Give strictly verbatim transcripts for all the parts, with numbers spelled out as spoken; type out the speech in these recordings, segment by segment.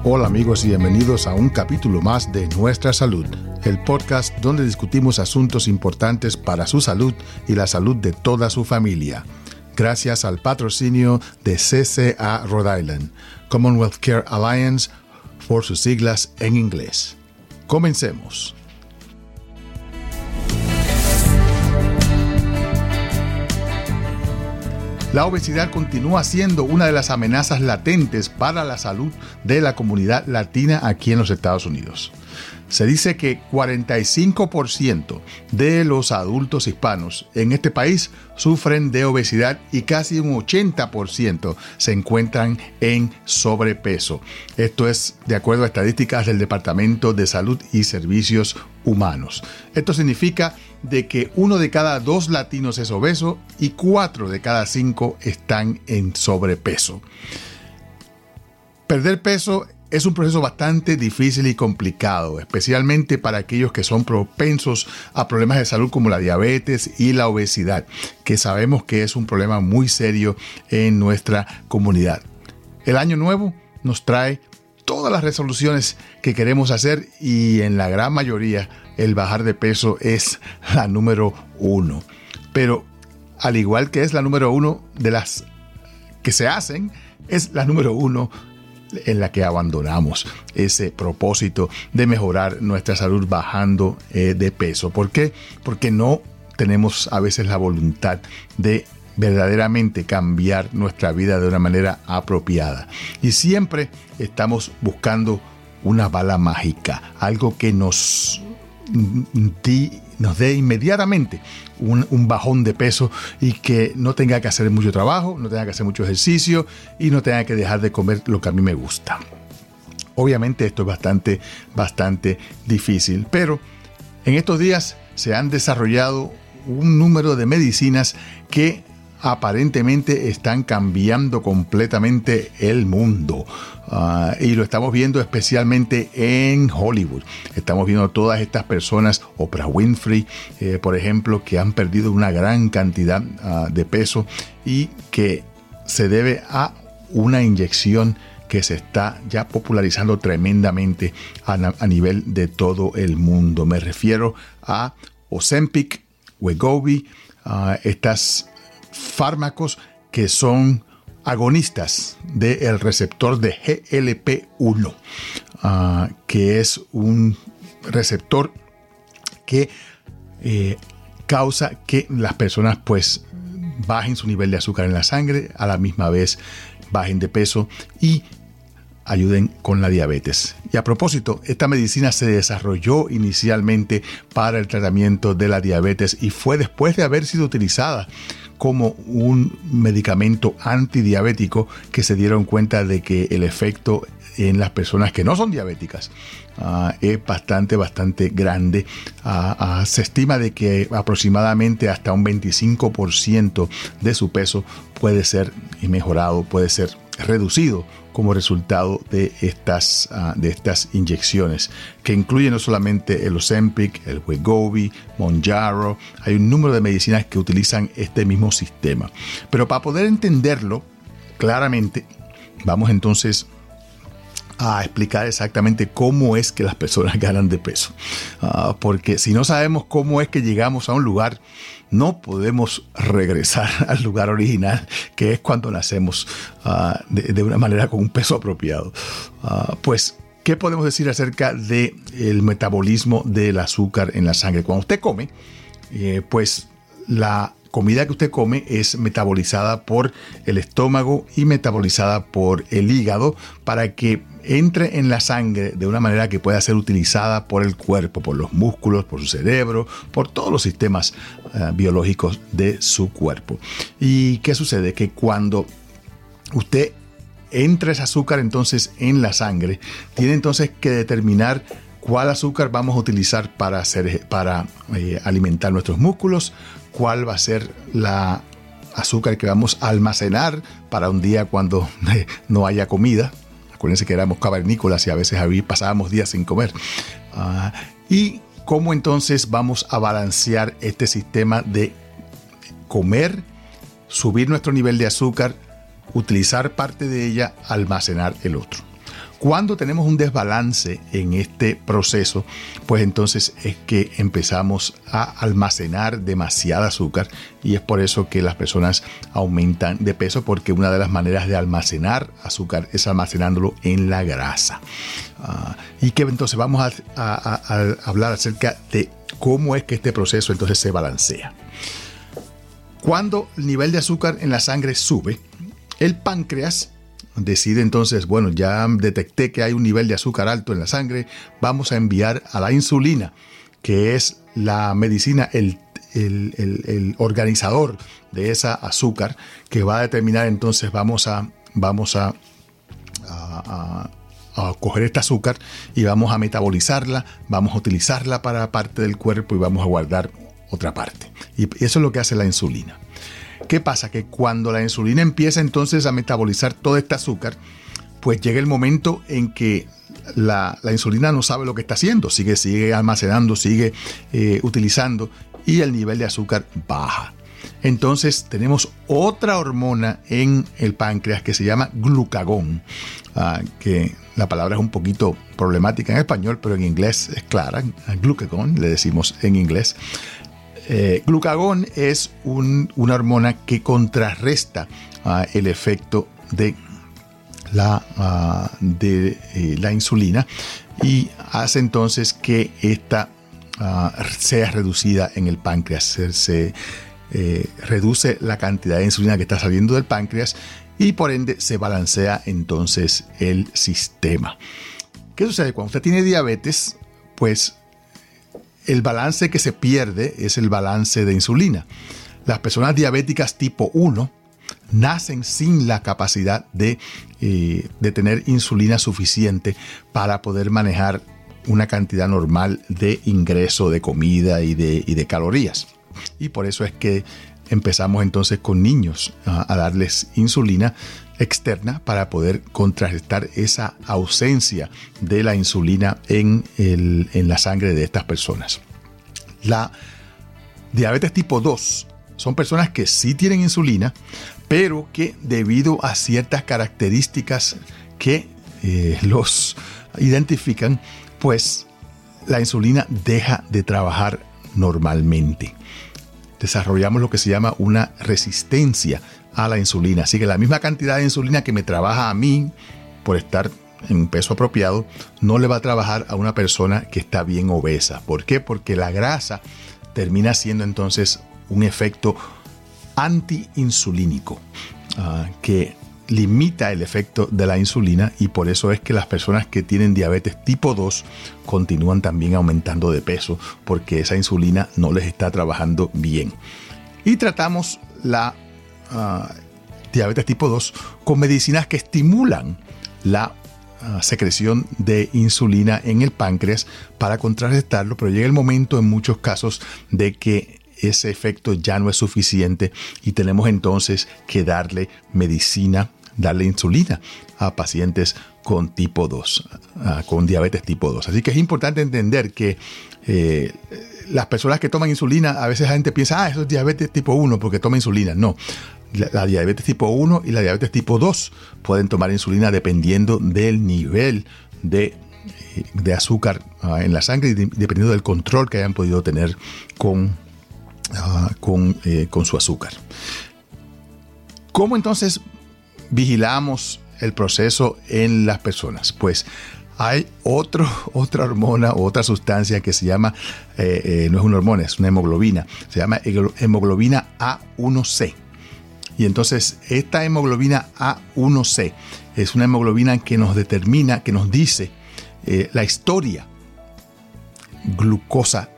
Hola amigos y bienvenidos a un capítulo más de Nuestra Salud, el podcast donde discutimos asuntos importantes para su salud y la salud de toda su familia. Gracias al patrocinio de C C A Rhode Island, Commonwealth Care Alliance, por sus siglas en inglés. Comencemos. La obesidad continúa siendo una de las amenazas latentes para la salud de la comunidad latina aquí en los Estados Unidos. Se dice que cuarenta y cinco por ciento de los adultos hispanos en este país sufren de obesidad y casi un ochenta por ciento se encuentran en sobrepeso. Esto es de acuerdo a estadísticas del Departamento de Salud y Servicios Humanos. Esto significa de que uno de cada dos latinos es obeso y cuatro de cada cinco están en sobrepeso. Perder peso es un proceso bastante difícil y complicado, especialmente para aquellos que son propensos a problemas de salud como la diabetes y la obesidad, que sabemos que es un problema muy serio en nuestra comunidad. El año nuevo nos trae todas las resoluciones que queremos hacer y en la gran mayoría el bajar de peso es la número uno. Pero al igual que es la número uno de las que se hacen, es la número uno en la que abandonamos ese propósito de mejorar nuestra salud bajando eh, de peso. ¿Por qué? Porque no tenemos a veces la voluntad de verdaderamente cambiar nuestra vida de una manera apropiada. Y siempre estamos buscando una bala mágica, algo que nos, di, nos dé inmediatamente un, un bajón de peso y que no tenga que hacer mucho trabajo, no tenga que hacer mucho ejercicio y no tenga que dejar de comer lo que a mí me gusta. Obviamente esto es bastante, bastante difícil, pero en estos días se han desarrollado un número de medicinas que aparentemente están cambiando completamente el mundo. Uh, y lo estamos viendo especialmente en Hollywood. Estamos viendo todas estas personas, Oprah Winfrey, eh, por ejemplo, que han perdido una gran cantidad uh, de peso y que se debe a una inyección que se está ya popularizando tremendamente a, a nivel de todo el mundo. Me refiero a Ozempic, Wegovy, uh, estas fármacos que son agonistas del receptor de G L P uno, uh, que es un receptor que eh, causa que las personas pues bajen su nivel de azúcar en la sangre, a la misma vez bajen de peso y ayuden con la diabetes. Y a propósito, esta medicina se desarrolló inicialmente para el tratamiento de la diabetes y fue después de haber sido utilizada como un medicamento antidiabético que se dieron cuenta de que el efecto en las personas que no son diabéticas uh, es bastante, bastante grande. Uh, uh, se estima de que aproximadamente hasta un veinticinco por ciento de su peso puede ser mejorado, puede ser reducido como resultado de estas, uh, de estas inyecciones, que incluyen no solamente el Ozempic, el Wegovy, Mounjaro. Hay un número de medicinas que utilizan este mismo sistema. Pero para poder entenderlo claramente, vamos entonces a explicar exactamente cómo es que las personas ganan de peso. Uh, porque si no sabemos cómo es que llegamos a un lugar, no podemos regresar al lugar original, que es cuando nacemos uh, de, de una manera con un peso apropiado. Uh, pues, ¿qué podemos decir acerca del metabolismo del azúcar en la sangre? Cuando usted come, eh, pues la comida que usted come es metabolizada por el estómago y metabolizada por el hígado para que entre en la sangre de una manera que pueda ser utilizada por el cuerpo, por los músculos, por su cerebro, por todos los sistemas uh, biológicos de su cuerpo. ¿Y qué sucede? Que cuando usted entra ese azúcar entonces en la sangre, tiene entonces que determinar cuál azúcar vamos a utilizar para, hacer, para eh, alimentar nuestros músculos, cuál va a ser la azúcar que vamos a almacenar para un día cuando eh, no haya comida. Acuérdense que éramos cavernícolas y a veces había, pasábamos días sin comer. Uh, y cómo entonces vamos a balancear este sistema de comer, subir nuestro nivel de azúcar, utilizar parte de ella, almacenar el otro. Cuando tenemos un desbalance en este proceso, pues entonces es que empezamos a almacenar demasiada azúcar y es por eso que las personas aumentan de peso, porque una de las maneras de almacenar azúcar es almacenándolo en la grasa. Uh, y que entonces vamos a, a, a, a hablar acerca de cómo es que este proceso entonces se balancea. Cuando el nivel de azúcar en la sangre sube, el páncreas decide entonces, bueno, ya detecté que hay un nivel de azúcar alto en la sangre, vamos a enviar a la insulina, que es la medicina, el, el, el, el organizador de esa azúcar, que va a determinar entonces, vamos a, vamos a, a, a, a coger esta azúcar y vamos a metabolizarla, vamos a utilizarla para parte del cuerpo y vamos a guardar otra parte. Y eso es lo que hace la insulina. ¿Qué pasa? Que cuando la insulina empieza entonces a metabolizar toda esta azúcar, pues llega el momento en que la, la insulina no sabe lo que está haciendo, sigue, sigue almacenando, sigue eh, utilizando y el nivel de azúcar baja. Entonces tenemos otra hormona en el páncreas que se llama glucagón, uh, que la palabra es un poquito problemática en español, pero en inglés es clara, glucagón le decimos en inglés. Eh, glucagón es un, una hormona que contrarresta uh, el efecto de la, uh, de, eh, la insulina y hace entonces que esta uh, sea reducida en el páncreas. Se, se eh, reduce la cantidad de insulina que está saliendo del páncreas y por ende se balancea entonces el sistema. ¿Qué sucede? Cuando usted tiene diabetes, pues el balance que se pierde es el balance de insulina. Las personas diabéticas tipo uno nacen sin la capacidad de, eh, de tener insulina suficiente para poder manejar una cantidad normal de ingreso de comida y de, y de calorías. Y por eso es que empezamos entonces con niños a, a darles insulina externa para poder contrarrestar esa ausencia de la insulina en, el, en la sangre de estas personas. La diabetes tipo dos son personas que sí tienen insulina, pero que debido a ciertas características que eh, los identifican, pues la insulina deja de trabajar normalmente. Desarrollamos lo que se llama una resistencia a la insulina. Así que la misma cantidad de insulina que me trabaja a mí por estar en peso apropiado, no le va a trabajar a una persona que está bien obesa. ¿Por qué? Porque la grasa termina siendo entonces un efecto antiinsulínico uh, que limita el efecto de la insulina y por eso es que las personas que tienen diabetes tipo dos continúan también aumentando de peso porque esa insulina no les está trabajando bien. Y tratamos la Uh, diabetes tipo dos con medicinas que estimulan la uh, secreción de insulina en el páncreas para contrarrestarlo, pero llega el momento en muchos casos de que ese efecto ya no es suficiente y tenemos entonces que darle medicina, darle insulina a pacientes con tipo dos, uh, con diabetes tipo dos. Así que es importante entender que eh, las personas que toman insulina, a veces la gente piensa, ah, eso es diabetes tipo uno porque toma insulina. No. La, la diabetes tipo uno y la diabetes tipo dos pueden tomar insulina dependiendo del nivel de, de azúcar uh, en la sangre y de, dependiendo del control que hayan podido tener con, uh, con, eh, con su azúcar. ¿Cómo entonces vigilamos el proceso en las personas? Pues hay otro, otra hormona o otra sustancia que se llama, eh, eh, no es una hormona, es una hemoglobina, se llama hemoglobina A uno C. Y entonces esta hemoglobina A uno C es una hemoglobina que nos determina, que nos dice eh, la historia glucosa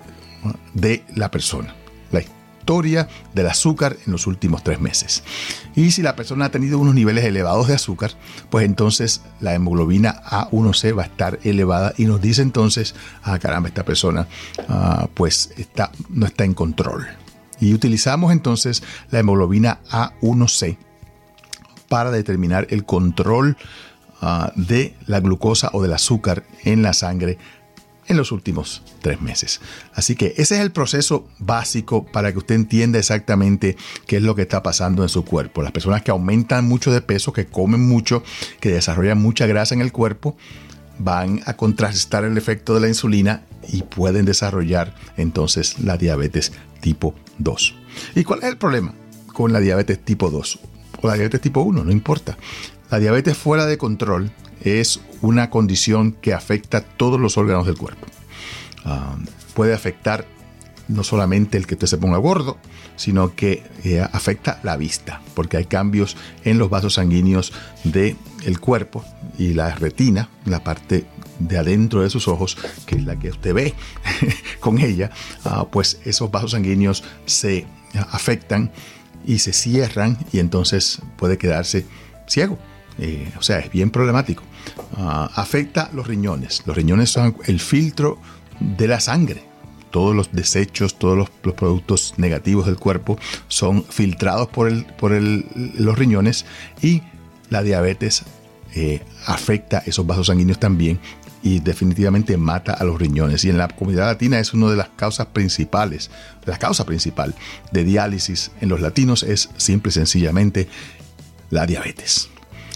de la persona, la historia del azúcar en los últimos tres meses. Y si la persona ha tenido unos niveles elevados de azúcar, pues entonces la hemoglobina A uno C va a estar elevada y nos dice entonces, ah caramba, esta persona ah, pues está, no está en control. Y utilizamos entonces la hemoglobina A uno C para determinar el control uh, de la glucosa o del azúcar en la sangre en los últimos tres meses. Así que ese es el proceso básico para que usted entienda exactamente qué es lo que está pasando en su cuerpo. Las personas que aumentan mucho de peso, que comen mucho, que desarrollan mucha grasa en el cuerpo, van a contrarrestar el efecto de la insulina y pueden desarrollar entonces la diabetes tipo dos. ¿Y cuál es el problema con la diabetes tipo dos? O la diabetes tipo uno, no importa. La diabetes fuera de control es una condición que afecta todos los órganos del cuerpo. Uh, puede afectar no solamente el que usted se ponga gordo, sino que eh, afecta la vista, porque hay cambios en los vasos sanguíneos del cuerpo y la retina, la parte de adentro de sus ojos, que es la que usted ve con ella, uh, pues esos vasos sanguíneos se uh, afectan y se cierran y entonces puede quedarse ciego. Eh, o sea, es bien problemático. Uh, afecta los riñones. Los riñones son el filtro de la sangre. Todos los desechos, todos los, los productos negativos del cuerpo son filtrados por, el, por el, los riñones, y la diabetes eh, afecta esos vasos sanguíneos también y definitivamente mata a los riñones. Y en la comunidad latina es una de las causas principales, la causa principal de diálisis en los latinos es simple y sencillamente la diabetes.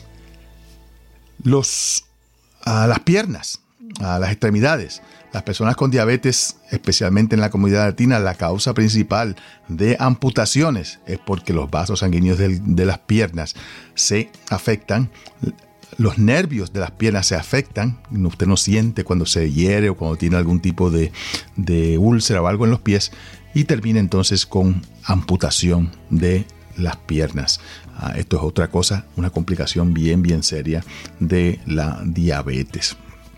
Los, a las piernas, a las extremidades. Las personas con diabetes, especialmente en la comunidad latina, la causa principal de amputaciones es porque los vasos sanguíneos de, de las piernas se afectan. Los nervios de las piernas se afectan. Usted no siente cuando se hiere o cuando tiene algún tipo de, de úlcera o algo en los pies, y termina entonces con amputación de las piernas. Uh, esto es otra cosa, una complicación bien, bien seria de la diabetes.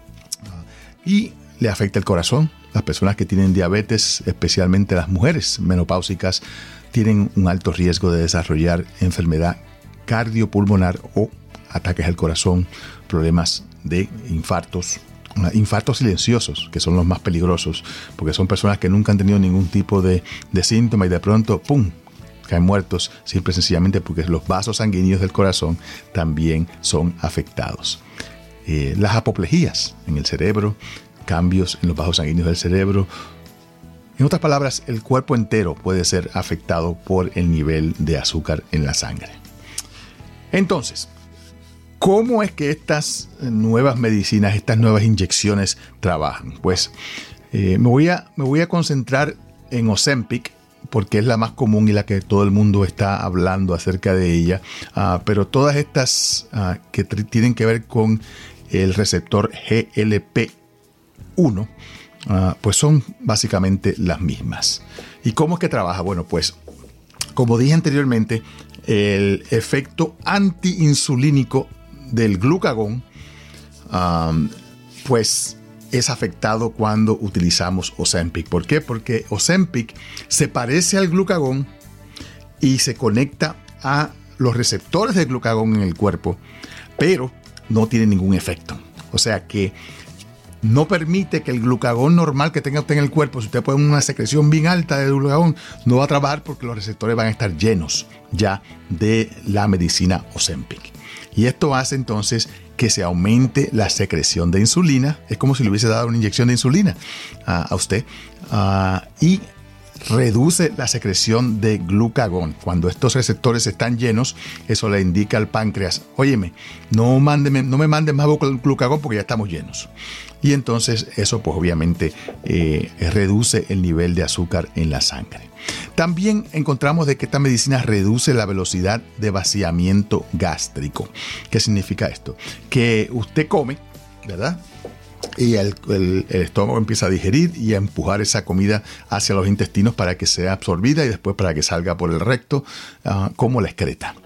Uh, y le afecta el corazón. Las personas que tienen diabetes, especialmente las mujeres menopáusicas, tienen un alto riesgo de desarrollar enfermedad cardiopulmonar o ataques al corazón, problemas de infartos, uh, infartos silenciosos, que son los más peligrosos, porque son personas que nunca han tenido ningún tipo de, de síntoma y de pronto, ¡pum!, caen muertos, simple y sencillamente porque los vasos sanguíneos del corazón también son afectados. Eh, las apoplejías en el cerebro, cambios en los vasos sanguíneos del cerebro. En otras palabras, el cuerpo entero puede ser afectado por el nivel de azúcar en la sangre. Entonces, ¿cómo es que estas nuevas medicinas, estas nuevas inyecciones trabajan? Pues eh, me, voy a, me voy a concentrar en Ozempic, porque es la más común y la que todo el mundo está hablando acerca de ella. Uh, pero todas estas uh, que t- tienen que ver con el receptor G L P uno, uh, pues son básicamente las mismas. ¿Y cómo es que trabaja? Bueno, pues como dije anteriormente, el efecto antiinsulínico del glucagón, um, pues es afectado cuando utilizamos Ozempic. ¿Por qué? Porque Ozempic se parece al glucagón y se conecta a los receptores del glucagón en el cuerpo, pero no tiene ningún efecto. O sea que no permite que el glucagón normal que tenga usted en el cuerpo, si usted pone una secreción bien alta de glucagón, no va a trabajar porque los receptores van a estar llenos ya de la medicina Ozempic. Y esto hace entonces que se aumente la secreción de insulina. Es como si le hubiese dado una inyección de insulina uh, a usted. Uh, y reduce la secreción de glucagón. Cuando estos receptores están llenos, eso le indica al páncreas: óyeme, no, mándeme, no me mandes más glucagón porque ya estamos llenos. Y entonces eso pues obviamente eh, reduce el nivel de azúcar en la sangre. También encontramos de que esta medicina reduce la velocidad de vaciamiento gástrico. ¿Qué significa esto? Que usted come, ¿verdad? Y el, el, el estómago empieza a digerir y a empujar esa comida hacia los intestinos para que sea absorbida y después para que salga por el recto uh, como la excreta.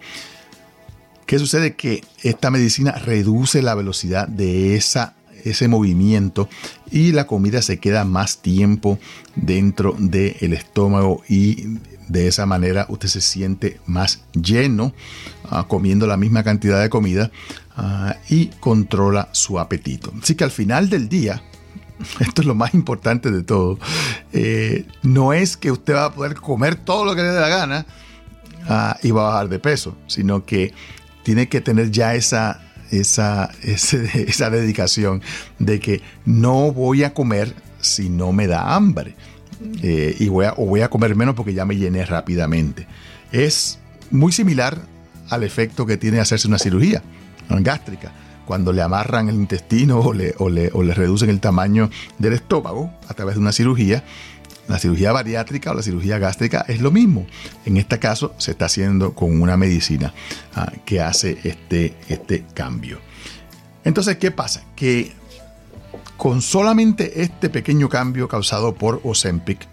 ¿Qué sucede? Que esta medicina reduce la velocidad de esa ese movimiento y la comida se queda más tiempo dentro del estómago y de esa manera usted se siente más lleno uh, comiendo la misma cantidad de comida uh, y controla su apetito. Así que al final del día, esto es lo más importante de todo, eh, no es que usted va a poder comer todo lo que le dé la gana uh, y va a bajar de peso, sino que tiene que tener ya esa esa, ese, esa dedicación de que no voy a comer si no me da hambre. Eh, y voy a, o voy a comer menos porque ya me llené rápidamente. Es muy similar al efecto que tiene hacerse una cirugía gástrica. Cuando le amarran el intestino o le, o, le, o le reducen el tamaño del estómago a través de una cirugía, la cirugía bariátrica o la cirugía gástrica es lo mismo. En este caso se está haciendo con una medicina uh, que hace este, este cambio. Entonces, ¿qué pasa? Que con solamente este pequeño cambio causado por Ozempic,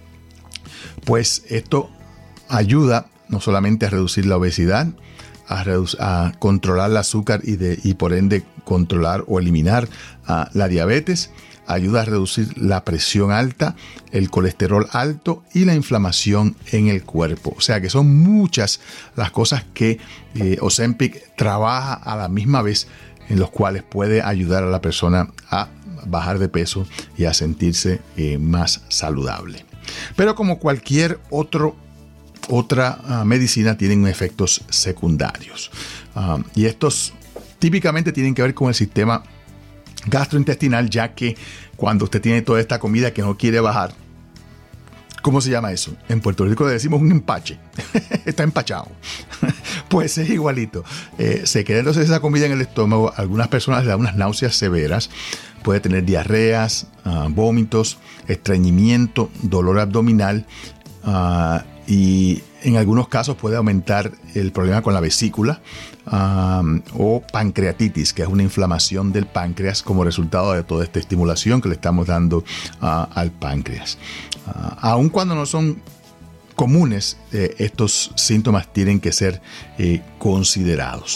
pues esto ayuda no solamente a reducir la obesidad, a, reduc- a controlar el azúcar y, de, y por ende controlar o eliminar uh, la diabetes, ayuda a reducir la presión alta, el colesterol alto y la inflamación en el cuerpo. O sea que son muchas las cosas que eh, Ozempic trabaja a la misma vez, en los cuales puede ayudar a la persona a bajar de peso y a sentirse eh, más saludable. Pero como cualquier otro, otra uh, medicina, tienen efectos secundarios. Uh, y estos típicamente tienen que ver con el sistema gastrointestinal, ya que cuando usted tiene toda esta comida que no quiere bajar, ¿cómo se llama eso? En Puerto Rico le decimos un empache. Está empachado. Pues es igualito. Eh, se queda entonces esa comida en el estómago. A algunas personas le da unas náuseas severas. Puede tener diarreas, uh, vómitos, estreñimiento, dolor abdominal uh, y en algunos casos puede aumentar el problema con la vesícula um, o pancreatitis, que es una inflamación del páncreas como resultado de toda esta estimulación que le estamos dando uh, al páncreas. Uh, aun cuando no son comunes, eh, estos síntomas tienen que ser eh, considerados.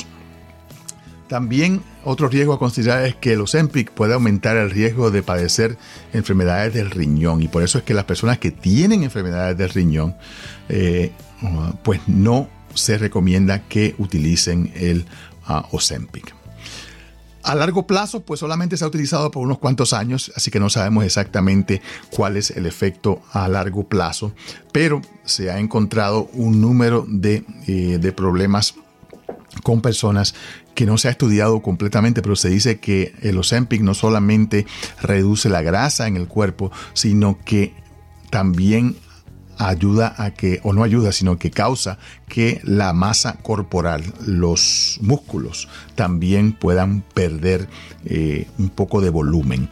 También otro riesgo a considerar es que el Ozempic puede aumentar el riesgo de padecer enfermedades del riñón, y por eso es que las personas que tienen enfermedades del riñón eh, pues no se recomienda que utilicen el uh, Ozempic. A largo plazo, pues solamente se ha utilizado por unos cuantos años, así que no sabemos exactamente cuál es el efecto a largo plazo, pero se ha encontrado un número de, eh, de problemas con personas que no se ha estudiado completamente, pero se dice que el Ozempic no solamente reduce la grasa en el cuerpo, sino que también ayuda a que, o no ayuda, sino que causa que la masa corporal, los músculos, también puedan perder eh, un poco de volumen.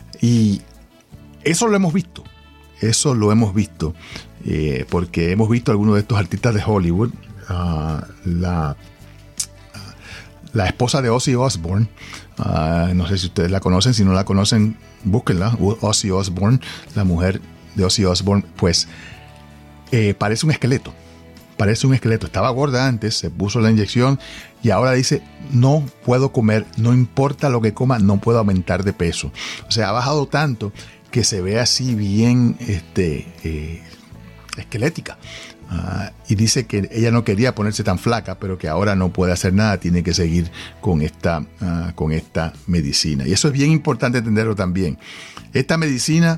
Y eso lo hemos visto, eso lo hemos visto, eh, porque hemos visto algunos de estos artistas de Hollywood, uh, la, uh, la esposa de Ozzy Osbourne, uh, no sé si ustedes la conocen, si no la conocen, búsquenla, Ozzy Osbourne, la mujer de Ozzy Osbourne, pues Eh, parece un esqueleto, parece un esqueleto. Estaba gorda antes, se puso la inyección y ahora dice, no puedo comer, no importa lo que coma, no puedo aumentar de peso. O sea, ha bajado tanto que se ve así bien este, eh, esquelética. Uh, y dice que ella no quería ponerse tan flaca, pero que ahora no puede hacer nada, tiene que seguir con esta, uh, con esta medicina. Y eso es bien importante entenderlo también. Esta medicina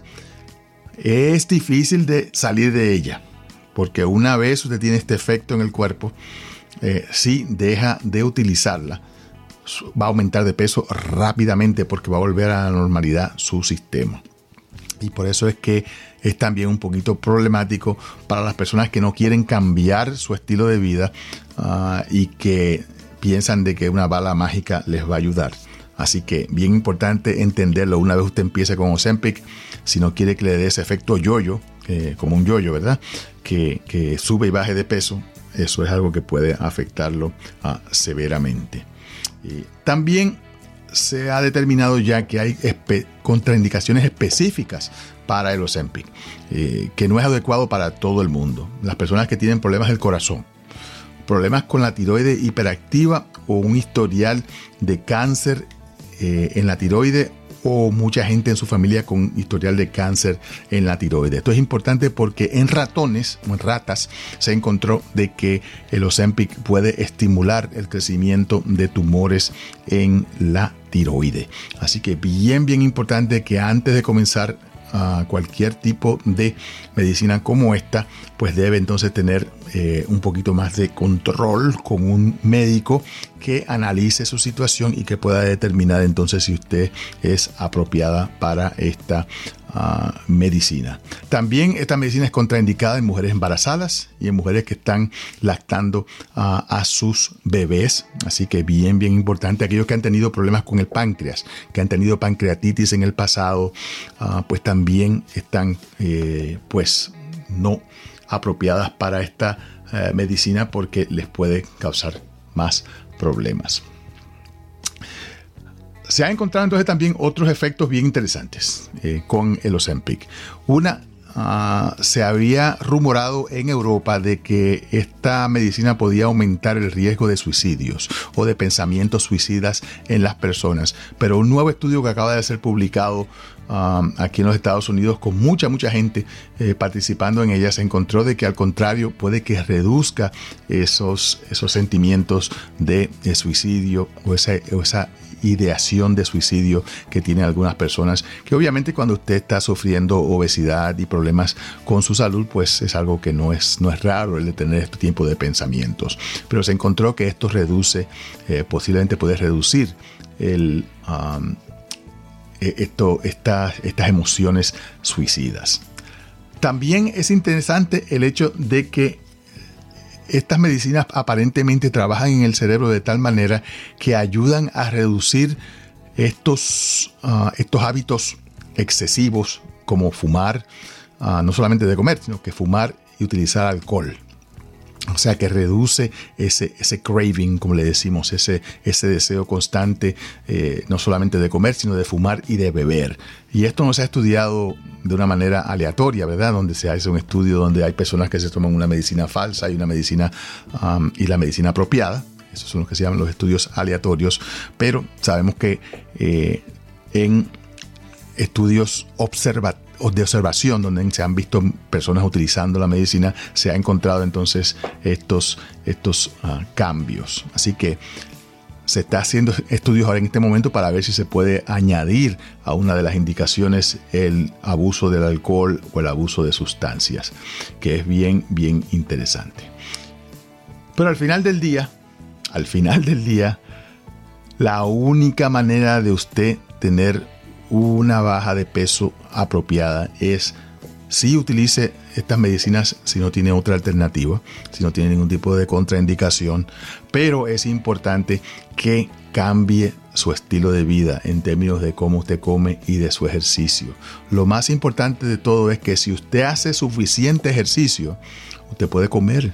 es difícil de salir de ella, porque una vez usted tiene este efecto en el cuerpo, eh, si deja de utilizarla, va a aumentar de peso rápidamente porque va a volver a la normalidad su sistema. Y por eso es que es también un poquito problemático para las personas que no quieren cambiar su estilo de vida uh, y que piensan de que una bala mágica les va a ayudar. Así que bien importante entenderlo una vez usted empiece con Ozempic, si no quiere que le dé ese efecto yo-yo, eh, como un yo-yo, ¿verdad? Que, que sube y baje de peso, eso es algo que puede afectarlo uh, severamente. Y también se ha determinado ya que hay espe- contraindicaciones específicas para el Ozempic, eh, que no es adecuado para todo el mundo. Las personas que tienen problemas del corazón, problemas con la tiroide hiperactiva o un historial de cáncer eh, en la tiroide, o mucha gente en su familia con historial de cáncer en la tiroide. Esto es importante porque en ratones o en ratas se encontró de que el Ozempic puede estimular el crecimiento de tumores en la tiroide. Así que bien, bien importante que antes de comenzar uh, cualquier tipo de medicina como esta, pues debe entonces tener eh, un poquito más de control con un médico que analice su situación y que pueda determinar entonces si usted es apropiada para esta Uh, medicina. También esta medicina es contraindicada en mujeres embarazadas y en mujeres que están lactando uh, a sus bebés. Así que bien, bien importante. Aquellos que han tenido problemas con el páncreas, que han tenido pancreatitis en el pasado, uh, pues también están eh, pues no apropiadas para esta uh, medicina porque les puede causar más problemas. Se han encontrado entonces también otros efectos bien interesantes eh, con el Ozempic. Una, uh, se había rumorado en Europa de que esta medicina podía aumentar el riesgo de suicidios o de pensamientos suicidas en las personas. Pero un nuevo estudio que acaba de ser publicado Um, aquí en los Estados Unidos, con mucha, mucha gente eh, participando en ella, se encontró de que al contrario puede que reduzca esos, esos sentimientos de, de suicidio o esa, o esa ideación de suicidio que tienen algunas personas, que obviamente cuando usted está sufriendo obesidad y problemas con su salud, pues es algo que no es, no es raro el de tener este tipo de pensamientos. Pero se encontró que esto reduce, eh, posiblemente puede reducir el... Um, Esto, esta, estas emociones suicidas. También es interesante el hecho de que estas medicinas aparentemente trabajan en el cerebro de tal manera que ayudan a reducir estos, uh, estos hábitos excesivos como fumar, uh, no solamente de comer, sino que fumar y utilizar alcohol. O sea que reduce ese, ese craving, como le decimos, ese, ese deseo constante, eh, no solamente de comer, sino de fumar y de beber. Y esto no se ha estudiado de una manera aleatoria, ¿verdad? Donde se hace un estudio donde hay personas que se toman una medicina falsa y una medicina um, y la medicina apropiada. Esos son los que se llaman los estudios aleatorios. Pero sabemos que eh, en estudios observativos, de observación donde se han visto personas utilizando la medicina, se ha encontrado entonces estos, estos uh, cambios. Así que se está haciendo estudios ahora en este momento para ver si se puede añadir a una de las indicaciones el abuso del alcohol o el abuso de sustancias, que es bien, bien interesante. Pero al final del día, al final del día, la única manera de usted tener una baja de peso apropiada es si utilice estas medicinas, si no tiene otra alternativa, si no tiene ningún tipo de contraindicación, pero es importante que cambie su estilo de vida en términos de cómo usted come y de su ejercicio. Lo más importante de todo es que si usted hace suficiente ejercicio, usted puede comer,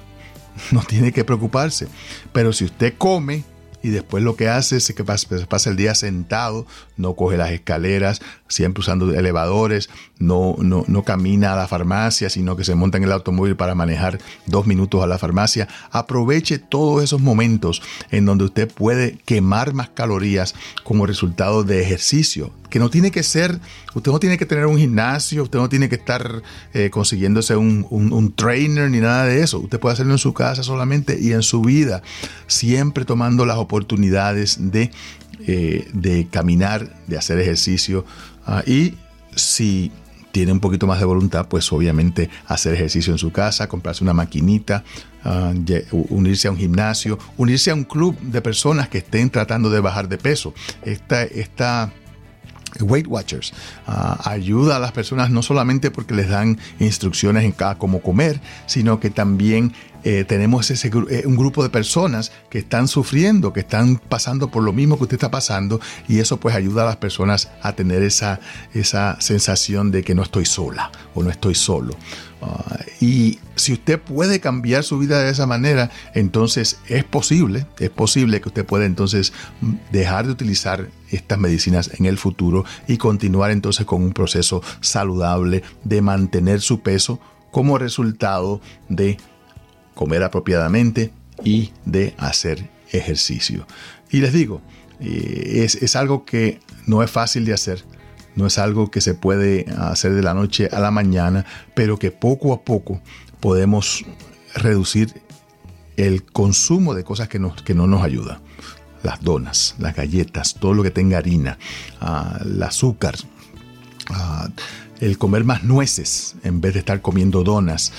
no tiene que preocuparse, pero si usted come y después lo que hace es que pasa, pasa el día sentado, no coge las escaleras, siempre usando elevadores, no, no, no camina a la farmacia, sino que se monta en el automóvil para manejar dos minutos a la farmacia. Aproveche todos esos momentos en donde usted puede quemar más calorías como resultado de ejercicio, que no tiene que ser, usted no tiene que tener un gimnasio, usted no tiene que estar eh, consiguiéndose un, un, un trainer ni nada de eso. Usted puede hacerlo en su casa solamente y en su vida, siempre tomando las oportunidades de, eh, de caminar, de hacer ejercicio uh, y si tiene un poquito más de voluntad, pues obviamente hacer ejercicio en su casa, comprarse una maquinita, uh, unirse a un gimnasio, unirse a un club de personas que estén tratando de bajar de peso. Esta, esta Weight Watchers uh, ayuda a las personas no solamente porque les dan instrucciones en cada cómo comer, sino que también eh, tenemos ese eh, un grupo de personas que están sufriendo, que están pasando por lo mismo que usted está pasando, y eso pues ayuda a las personas a tener esa, esa sensación de que no estoy sola o no estoy solo. Uh, y si usted puede cambiar su vida de esa manera, entonces es posible, es posible que usted pueda entonces dejar de utilizar estas medicinas en el futuro y continuar entonces con un proceso saludable de mantener su peso como resultado de comer apropiadamente y de hacer ejercicio. Y les digo, eh, es, es algo que no es fácil de hacer. No es algo que se puede hacer de la noche a la mañana, pero que poco a poco podemos reducir el consumo de cosas que, nos, que no nos ayudan. Las donas, las galletas, todo lo que tenga harina, uh, el azúcar, uh, el comer más nueces en vez de estar comiendo donas,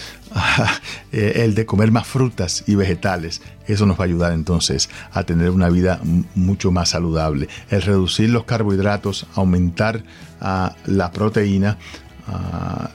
el de comer más frutas y vegetales. Eso nos va a ayudar entonces a tener una vida mucho más saludable. El reducir los carbohidratos, aumentar uh, la proteína, uh,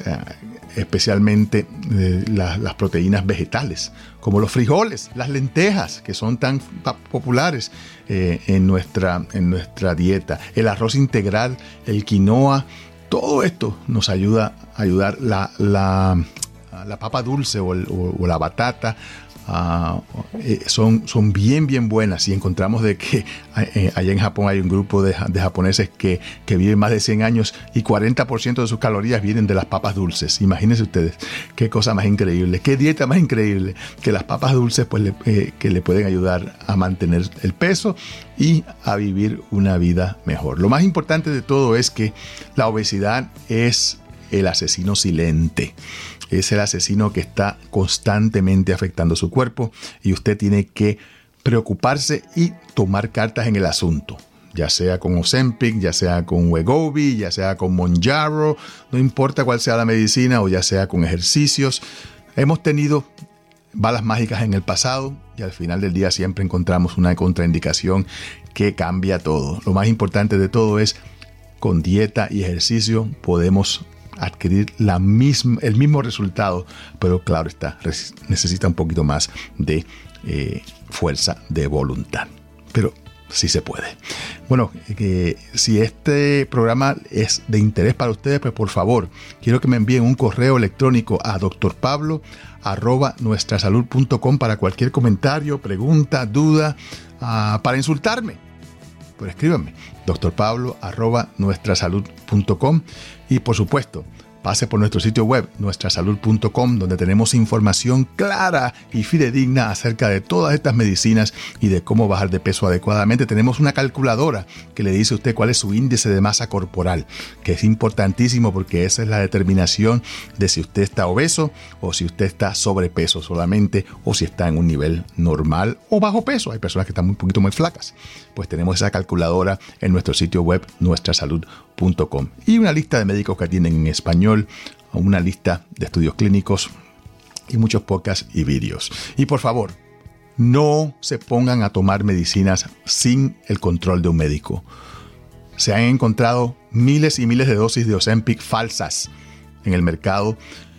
especialmente eh, la, las proteínas vegetales, como los frijoles, las lentejas, que son tan populares eh, en, nuestra, en nuestra dieta, el arroz integral, el quinoa. Todo esto nos ayuda a ayudar la, la, la papa dulce o, el, o, o la batata. Uh, eh, son, son bien bien buenas, y encontramos de que eh, allá en Japón hay un grupo de, de japoneses que, que viven más de cien años y cuarenta por ciento de sus calorías vienen de las papas dulces. Imagínense ustedes qué cosa más increíble, qué dieta más increíble, que las papas dulces pues le, eh, que le pueden ayudar a mantener el peso y a vivir una vida mejor. Lo más importante de todo es que la obesidad es el asesino silente. Es el asesino que está constantemente afectando su cuerpo, y usted tiene que preocuparse y tomar cartas en el asunto, ya sea con Ozempic, ya sea con Wegovy, ya sea con Mounjaro, no importa cuál sea la medicina, o ya sea con ejercicios. Hemos tenido balas mágicas en el pasado y al final del día siempre encontramos una contraindicación que cambia todo. Lo más importante de todo es, con dieta y ejercicio podemos adquirir la misma, el mismo resultado, pero claro está, necesita un poquito más de eh, fuerza de voluntad, pero sí se puede. Bueno, eh, si este programa es de interés para ustedes, pues por favor, quiero que me envíen un correo electrónico a doctor pablo arroba nuestra salud punto com para cualquier comentario, pregunta, duda, uh, para insultarme. Pues escríbanme, doctor pablo arroba nuestra salud punto com, y por supuesto, pase por nuestro sitio web, nuestra salud punto com, donde tenemos información clara y fidedigna acerca de todas estas medicinas y de cómo bajar de peso adecuadamente. Tenemos una calculadora que le dice a usted cuál es su índice de masa corporal, que es importantísimo porque esa es la determinación de si usted está obeso o si usted está sobrepeso solamente, o si está en un nivel normal o bajo peso. Hay personas que están un poquito muy flacas. Pues tenemos esa calculadora en nuestro sitio web, nuestra salud punto com, y una lista de médicos que atienden en español, una lista de estudios clínicos y muchos podcasts y vídeos. Y por favor, no se pongan a tomar medicinas sin el control de un médico. Se han encontrado miles y miles de dosis de Ozempic falsas en el mercado,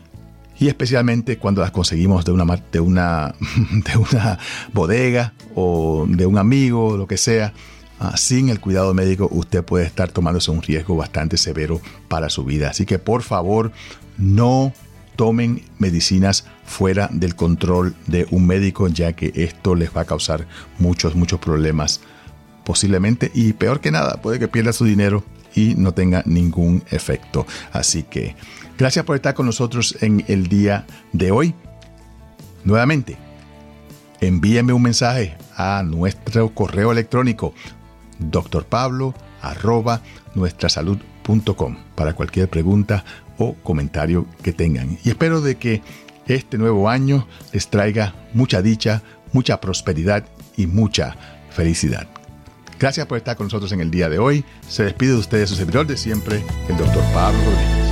y especialmente cuando las conseguimos de una, de una, de una bodega o de un amigo, lo que sea. Uh, sin el cuidado médico, usted puede estar tomándose un riesgo bastante severo para su vida. Así que por favor, no tomen medicinas fuera del control de un médico, ya que esto les va a causar muchos, muchos problemas posiblemente, y peor que nada, puede que pierda su dinero y no tenga ningún efecto. Así que gracias por estar con nosotros en el día de hoy. Nuevamente, envíenme un mensaje a nuestro correo electrónico, doctor pablo arroba nuestra salud punto com, para cualquier pregunta o comentario que tengan. Y espero de que este nuevo año les traiga mucha dicha, mucha prosperidad y mucha felicidad. Gracias por estar con nosotros en el día de hoy. Se despide de ustedes su servidor de siempre, el doctor Pablo Rodríguez.